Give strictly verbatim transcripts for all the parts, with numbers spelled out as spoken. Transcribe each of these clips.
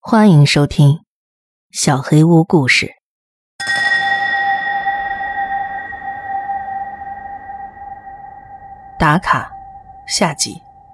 欢迎收听小黑屋故事。打卡下集。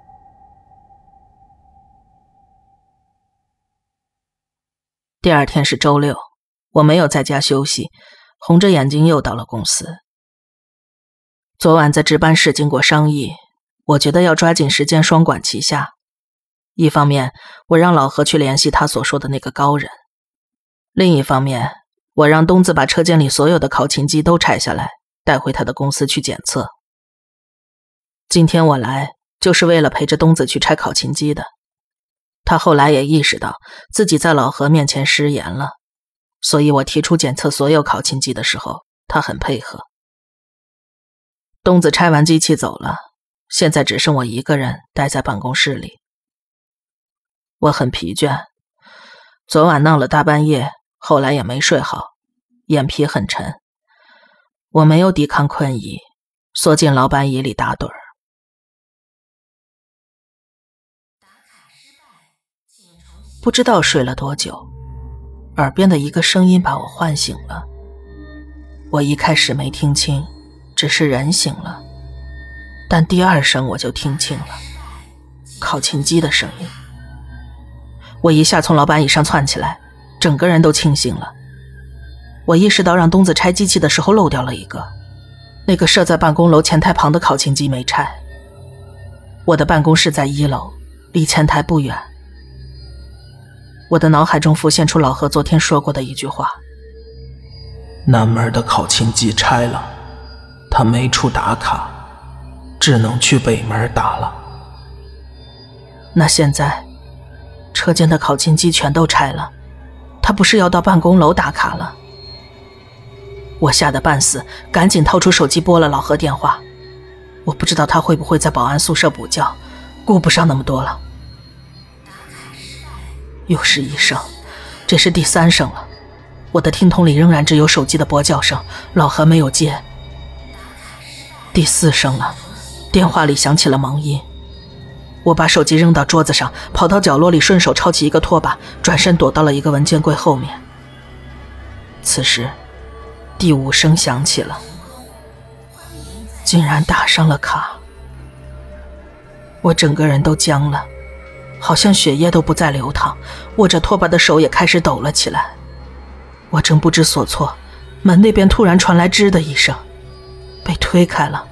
第二天是周六，我没有在家休息，红着眼睛又到了公司。昨晚在值班室经过商议，我觉得要抓紧时间双管齐下。一方面，我让老何去联系他所说的那个高人；另一方面，我让东子把车间里所有的考勤机都拆下来，带回他的公司去检测。今天我来，就是为了陪着东子去拆考勤机的。他后来也意识到自己在老何面前失言了，所以我提出检测所有考勤机的时候，他很配合。东子拆完机器走了，现在只剩我一个人待在办公室里。我很疲倦，昨晚闹了大半夜，后来也没睡好，眼皮很沉。我没有抵抗困意，缩进老板椅里打盹儿。不知道睡了多久，耳边的一个声音把我唤醒了。我一开始没听清，只是人醒了，但第二声我就听清了，考勤机的声音。我一下从老板椅上窜起来，整个人都清醒了。我意识到让东子拆机器的时候漏掉了一个，那个设在办公楼前台旁的考勤机没拆。我的办公室在一楼，离前台不远。我的脑海中浮现出老何昨天说过的一句话： 南门的考勤机拆了，他没处打卡，只能去北门打了。 那现在车间的考勤机全都拆了，他不是要到办公楼打卡了？我吓得半死，赶紧掏出手机拨了老何电话。我不知道他会不会在保安宿舍补觉，顾不上那么多了。又是一声，这是第三声了。我的听筒里仍然只有手机的拨叫声，老何没有接。第四声了，电话里响起了忙音。我把手机扔到桌子上，跑到角落里，顺手抄起一个拖把，转身躲到了一个文件柜后面。此时第五声响起了，竟然打上了卡。我整个人都僵了，好像血液都不再流淌，握着拖把的手也开始抖了起来。我正不知所措，门那边突然传来吱的一声，被推开了。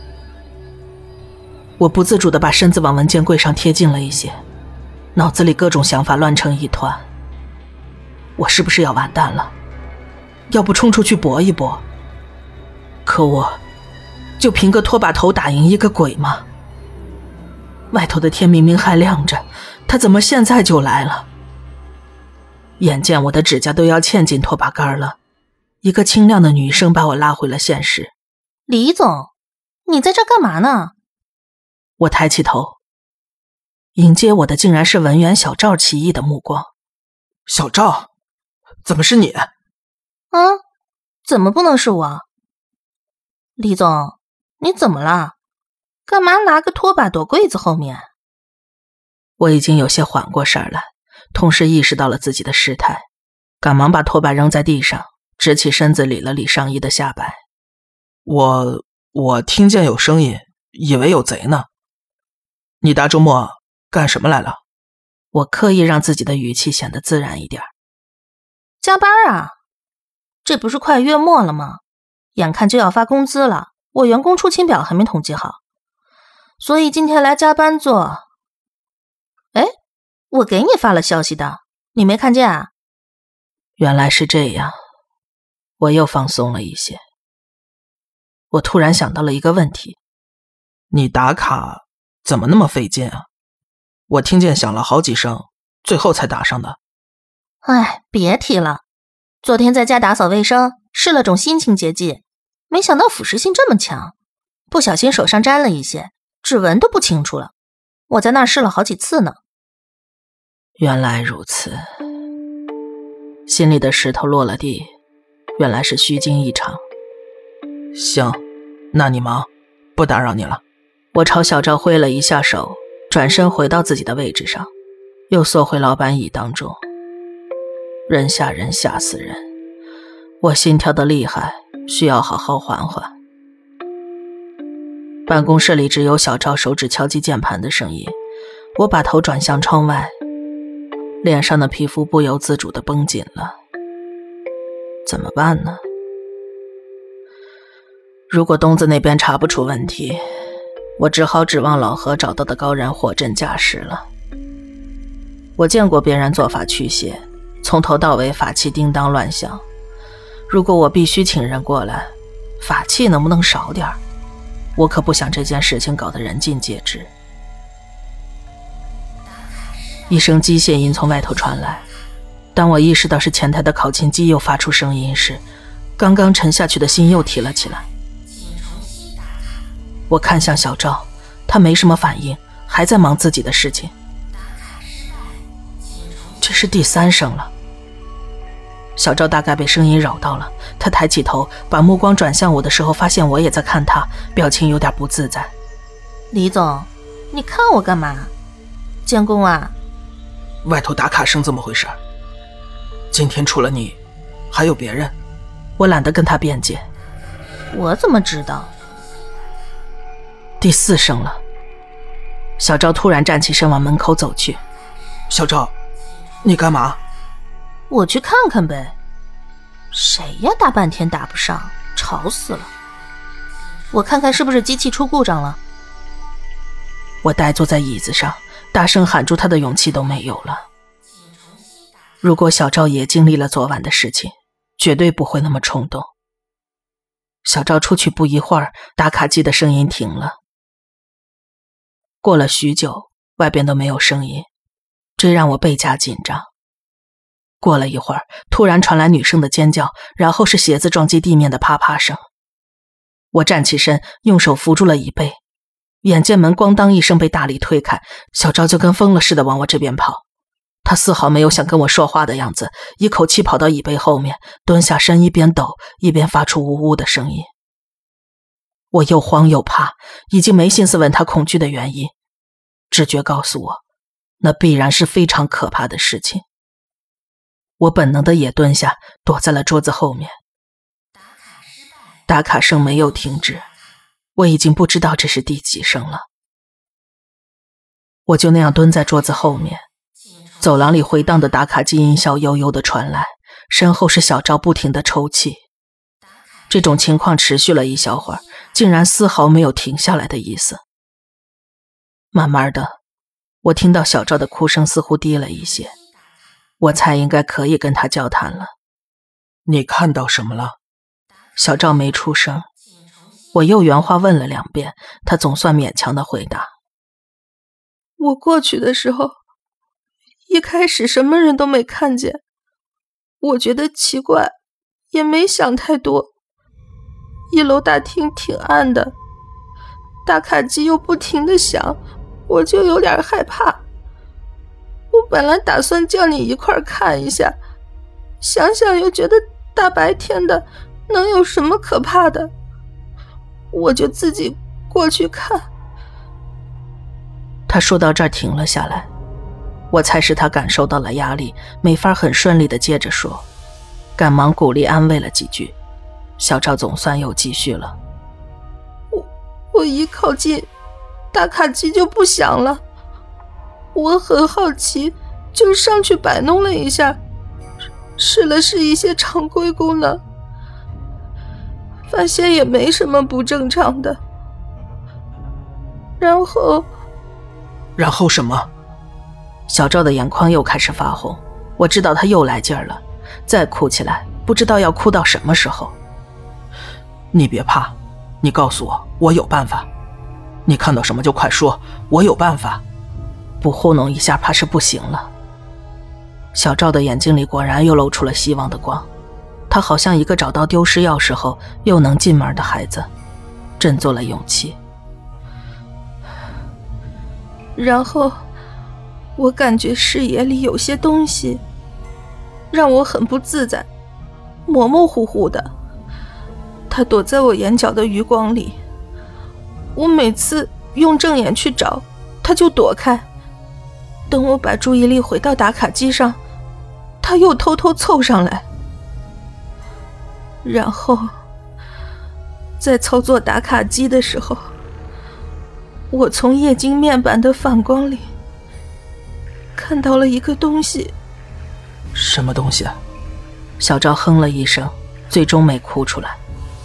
我不自主地把身子往文件柜上贴近了一些，脑子里各种想法乱成一团。我是不是要完蛋了？要不冲出去搏一搏？可我就凭个拖把头打赢一个鬼吗？外头的天明明还亮着，他怎么现在就来了？眼见我的指甲都要嵌进拖把杆了，一个清亮的女声把我拉回了现实。 李总，你在这干嘛呢？ 我抬起头，迎接我的竟然是文员小赵奇异的目光。 小赵，怎么是你？ 啊？怎么不能是我？李总，你怎么了？干嘛拿个拖把躲柜子后面？ 我已经有些缓过神来，同时意识到了自己的失态，赶忙把拖把扔在地上，直起身子理了理上衣的下摆。 我我听见有声音，以为有贼呢。你大周末干什么来了？ 我刻意让自己的语气显得自然一点。 加班啊，这不是快月末了吗？眼看就要发工资了，我员工出勤表还没统计好，所以今天来加班做。哎，我给你发了消息的，你没看见啊？ 原来是这样，我又放松了一些。我突然想到了一个问题， 你打卡怎么那么费劲啊？我听见响了好几声，最后才打上的。 哎，别提了，昨天在家打扫卫生，试了种新清洁剂，没想到腐蚀性这么强，不小心手上沾了一些，指纹都不清楚了。我在那儿试了好几次呢。 原来如此，心里的石头落了地，原来是虚惊一场。 行，那你忙，不打扰你了。 我朝小赵挥了一下手，转身回到自己的位置上，又缩回老板椅当中。 人吓人吓死人，我心跳的厉害，需要好好缓缓。办公室里只有小赵手指敲击键盘的声音，我把头转向窗外，脸上的皮肤不由自主地绷紧了。怎么办呢？如果东子那边查不出问题，我只好指望老何找到的高人货真价实了。我见过别人做法驱邪，从头到尾法器叮当乱响，如果我必须请人过来，法器能不能少点？我可不想这件事情搞得人尽皆知。一声机械音从外头传来，当我意识到是前台的考勤机又发出声音时，刚刚沉下去的心又提了起来。我看向小赵，他没什么反应，还在忙自己的事情。这是第三声了。小赵大概被声音扰到了，他抬起头，把目光转向我的时候，发现我也在看他，表情有点不自在。 李总，你看我干嘛？监工啊？ 外头打卡声怎么回事？今天除了你，还有别人？ 我懒得跟他辩解。 我怎么知道？ 第四声了。小赵突然站起身往门口走去。 小赵，你干嘛？ 我去看看呗。谁呀，大半天打不上，吵死了。我看看是不是机器出故障了。 我呆坐在椅子上，大声喊住他的勇气都没有了。如果小赵也经历了昨晚的事情，绝对不会那么冲动。小赵出去不一会儿，打卡机的声音停了。过了许久，外边都没有声音，这让我倍加紧张。过了一会儿，突然传来女生的尖叫，然后是鞋子撞击地面的啪啪声。我站起身，用手扶住了椅背，眼见门咣当一声被大力推开，小赵就跟疯了似的往我这边跑。他丝毫没有想跟我说话的样子，一口气跑到椅背后面，蹲下身，一边抖一边发出呜呜的声音。我又慌又怕，已经没心思问他恐惧的原因，直觉告诉我，那必然是非常可怕的事情。我本能的也蹲下，躲在了桌子后面。打卡声没有停止，我已经不知道这是第几声了。我就那样蹲在桌子后面，走廊里回荡的打卡机音效悠悠地传来，身后是小赵不停地抽泣。这种情况持续了一小会儿，竟然丝毫没有停下来的意思。慢慢的，我听到小赵的哭声似乎低了一些，我猜应该可以跟他交谈了。 你看到什么了？ 小赵没出声，我又原话问了两遍，他总算勉强的回答。 我过去的时候，一开始什么人都没看见，我觉得奇怪，也没想太多。一楼大厅挺暗的，打卡机又不停地响，我就有点害怕。我本来打算叫你一块儿看一下，想想又觉得大白天的能有什么可怕的，我就自己过去看。 他说到这儿停了下来，我猜是他感受到了压力，没法很顺利地接着说，赶忙鼓励安慰了几句。小赵总算又继续了。 我我一靠近，打卡机就不响了。我很好奇，就上去摆弄了一下，试了试一些常规功能，发现也没什么不正常的。然后然后什么？ 小赵的眼眶又开始发红，我知道他又来劲儿了，再哭起来不知道要哭到什么时候。 你别怕，你告诉我，我有办法。你看到什么就快说，我有办法。 不糊弄一下怕是不行了。小赵的眼睛里果然又露出了希望的光，他好像一个找到丢失钥匙后又能进门的孩子，振作了勇气。 然后我感觉视野里有些东西让我很不自在，模模糊糊的，它躲在我眼角的余光里，我每次用正眼去找它就躲开，等我把注意力回到打卡机上， 他又偷偷凑上来，然后在操作打卡机的时候，我从液晶面板的反光里看到了一个东西。 什么东西啊？ 小赵哼了一声，最终没哭出来。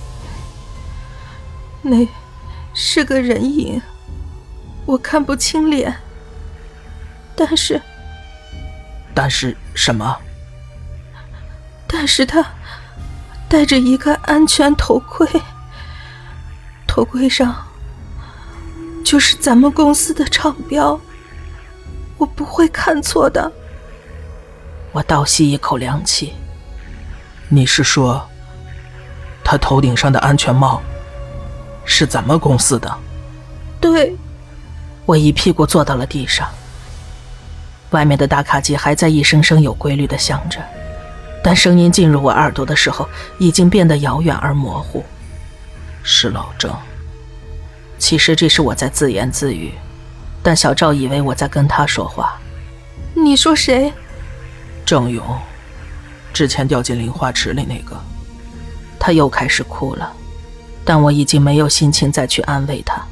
那是个人影，我看不清脸，但是但是什么？ 但是他戴着一个安全头盔，头盔上就是咱们公司的厂标，我不会看错的。 我倒吸一口凉气。 你是说他头顶上的安全帽是咱们公司的？ 对。 我一屁股坐到了地上。外面的打卡机还在一声声有规律地响着，但声音进入我耳朵的时候已经变得遥远而模糊。 是老郑。 其实这是我在自言自语，但小赵以为我在跟他说话。 你说谁？ 郑勇，之前掉进磷化池里那个。 他又开始哭了，但我已经没有心情再去安慰他。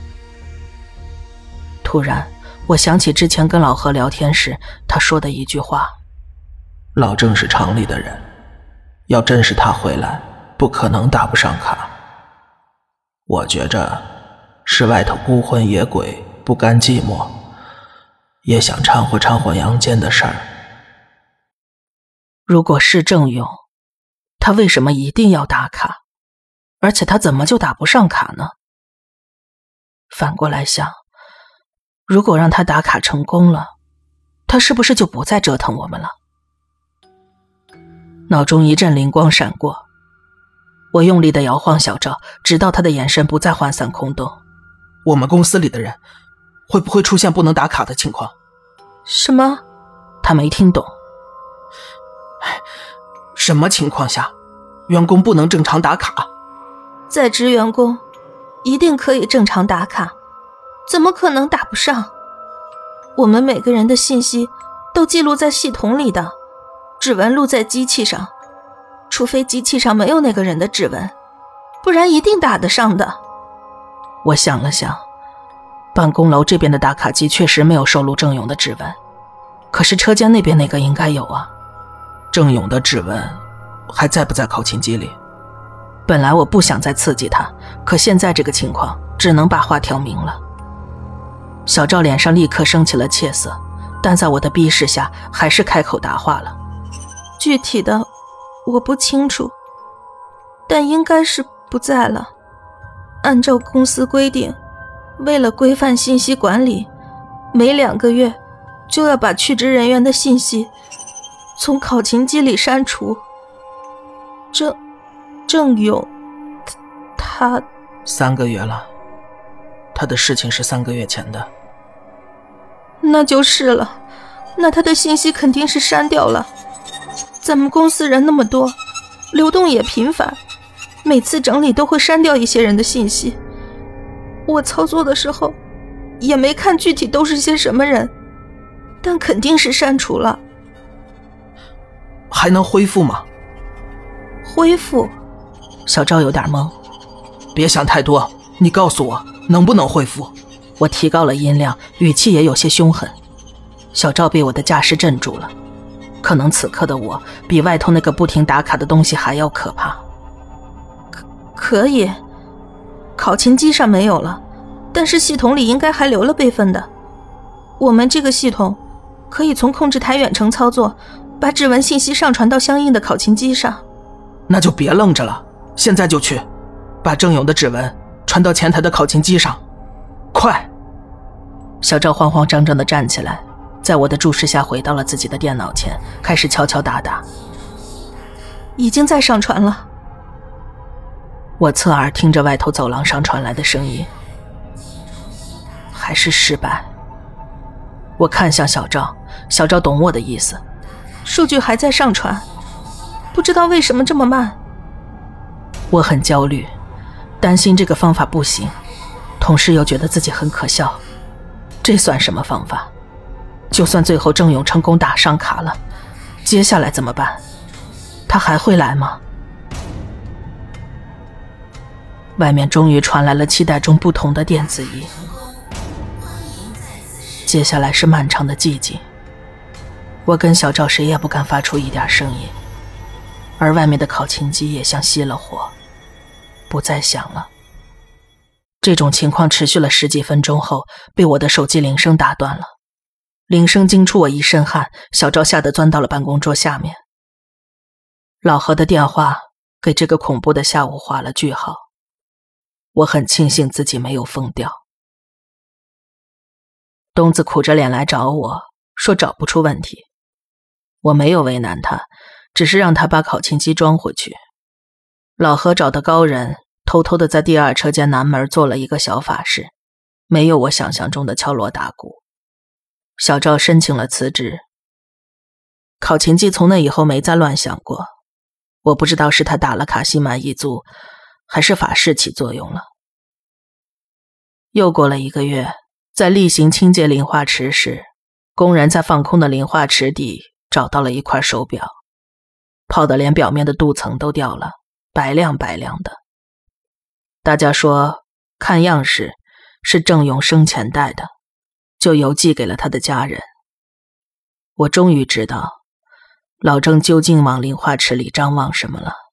突然我想起之前跟老何聊天时他说的一句话： 老郑是厂里的人，要真是他回来，不可能打不上卡。我觉着是外头孤魂野鬼不甘寂寞，也想掺和掺和阳间的事儿。 如果是郑勇，他为什么一定要打卡？而且他怎么就打不上卡呢？反过来想，如果让他打卡成功了，他是不是就不再折腾我们了？脑中一阵灵光闪过，我用力地摇晃小赵，直到他的眼神不再涣散空洞。 我们公司里的人会不会出现不能打卡的情况？ 什么？ 他没听懂。 什么情况下员工不能正常打卡？ 在职员工一定可以正常打卡，怎么可能打不上？我们每个人的信息都记录在系统里的，指纹录在机器上，除非机器上没有那个人的指纹，不然一定打得上的。 我想了想，办公楼这边的打卡机确实没有收录郑勇的指纹，可是车间那边那个应该有啊。 郑勇的指纹还在不在考勤机里？ 本来我不想再刺激他，可现在这个情况只能把话挑明了。小赵脸上立刻升起了怯色，但在我的逼视下还是开口答话了。 具体的我不清楚，但应该是不在了。按照公司规定，为了规范信息管理，每两个月就要把去职人员的信息从考勤机里删除。郑郑勇他三个月了，他的事情是三个月前的。 那就是了，那他的信息肯定是删掉了。咱们公司人那么多，流动也频繁，每次整理都会删掉一些人的信息。我操作的时候也没看具体都是些什么人，但肯定是删除了。 还能恢复吗？ 恢复？ 小赵有点懵。 别想太多，你告诉我能不能恢复？ 我提高了音量，语气也有些凶狠。小赵被我的架势镇住了，可能此刻的我比外头那个不停打卡的东西还要可怕。 可可以，考勤机上没有了，但是系统里应该还留了备份的。我们这个系统可以从控制台远程操作，把指纹信息上传到相应的考勤机上。 那就别愣着了，现在就去，把郑勇的指纹传到前台的考勤机上，快！ 小赵慌慌张张地站起来，在我的注视下回到了自己的电脑前，开始敲敲打打。 已经在上传了。 我侧耳听着外头走廊上传来的声音，还是失败。我看向小赵，小赵懂我的意思， 数据还在上传，不知道为什么这么慢。 我很焦虑，担心这个方法不行，同时又觉得自己很可笑。这算什么方法？就算最后郑勇成功打上卡了， 接下来怎么办？他还会来吗？外面终于传来了期待中不同的电子音。接下来是漫长的寂静，我跟小赵谁也不敢发出一点声音，而外面的考勤机也像熄了火，不再响了。这种情况持续了十几分钟后，被我的手机铃声打断了。铃声惊出我一身汗，小赵吓得钻到了办公桌下面。老何的电话给这个恐怖的下午画了句号。我很庆幸自己没有疯掉。东子苦着脸来找我，说找不出问题。我没有为难他，只是让他把考勤机装回去。老何找的高人偷偷的在第二车间南门做了一个小法事，没有我想象中的敲锣打鼓。小赵申请了辞职。考勤机从那以后没再乱响过，我不知道是他打了卡心满意足，还是法事起作用了。又过了一个月，在例行清洁磷化池时，工人在放空的磷化池底找到了一块手表，泡得连表面的镀层都掉了，白亮白亮的。大家说看样式是郑勇生前戴的，就邮寄给了他的家人。我终于知道老郑究竟往磷化池里张望什么了。